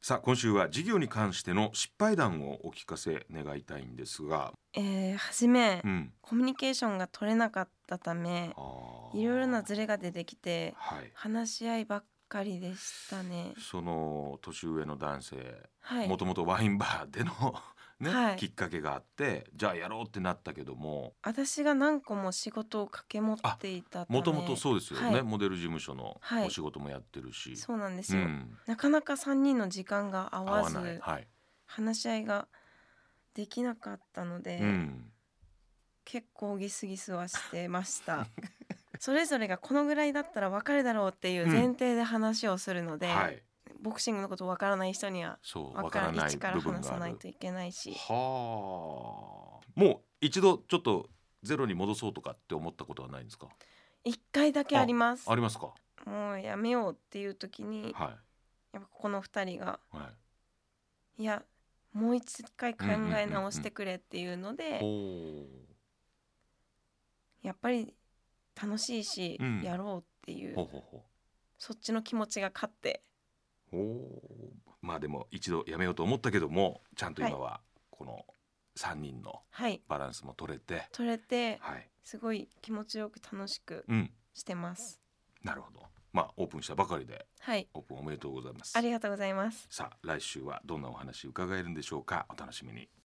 さあ今週は事業に関しての失敗談をお聞かせ願いたいんですが、 はじめ、 うん、 コミュニケーションが取れなかったため、 あいろいろなズレが出てきて、 はい、 話し合いばっかりでしたね。 その年上の男性、 はい。 もともとワインバーでのね、 はい。 きっかけがあってじゃあやろうってなったけども、 私が何個も仕事を掛け持っあ、 ていたもため、 ともとそうですよね、 はい。 モデル事務所のはい。 お仕事もやってるし、 そうなんですよ。 うん、 なかなか3人の時間が合合わない、 わず、 はい、 話し合いができなかったので、 うん、 結構ギスギスはしてました。それぞれがこのぐらいだったら分かるだろうっていううん、 前提で話をするので、 はい、 ボクシングのこと分からない人にはそうわからない一から部分話さがある。 ないといけないし、 はあ、もう一度ちょっとゼロに戻そうとかって思ったことはないんですか？ 1回だけああ、 ります。 ありますか？ もうやめようっていう時に、 はやっぱここの2人がい、はい、 いやもう一回考うんうんうんえ直うん、 してくれっていうので、 ほやっぱり楽しいしう、うん、 やろうっていうほうほうほそっちの気持ちが勝って、 う、ほう、まあでも一度やめようと思ったけどもちゃんとはい今はこの3人のはいバランスも取れて、 取れて、 はい、 すごい気持ちよく楽しくうん、 してます。 なるほど。まあオープンしたばかりではい、 オープンおめでとうございます。 ありがとうございます。 さあ来週はどんなお話伺えるんでしょうか。お楽しみに。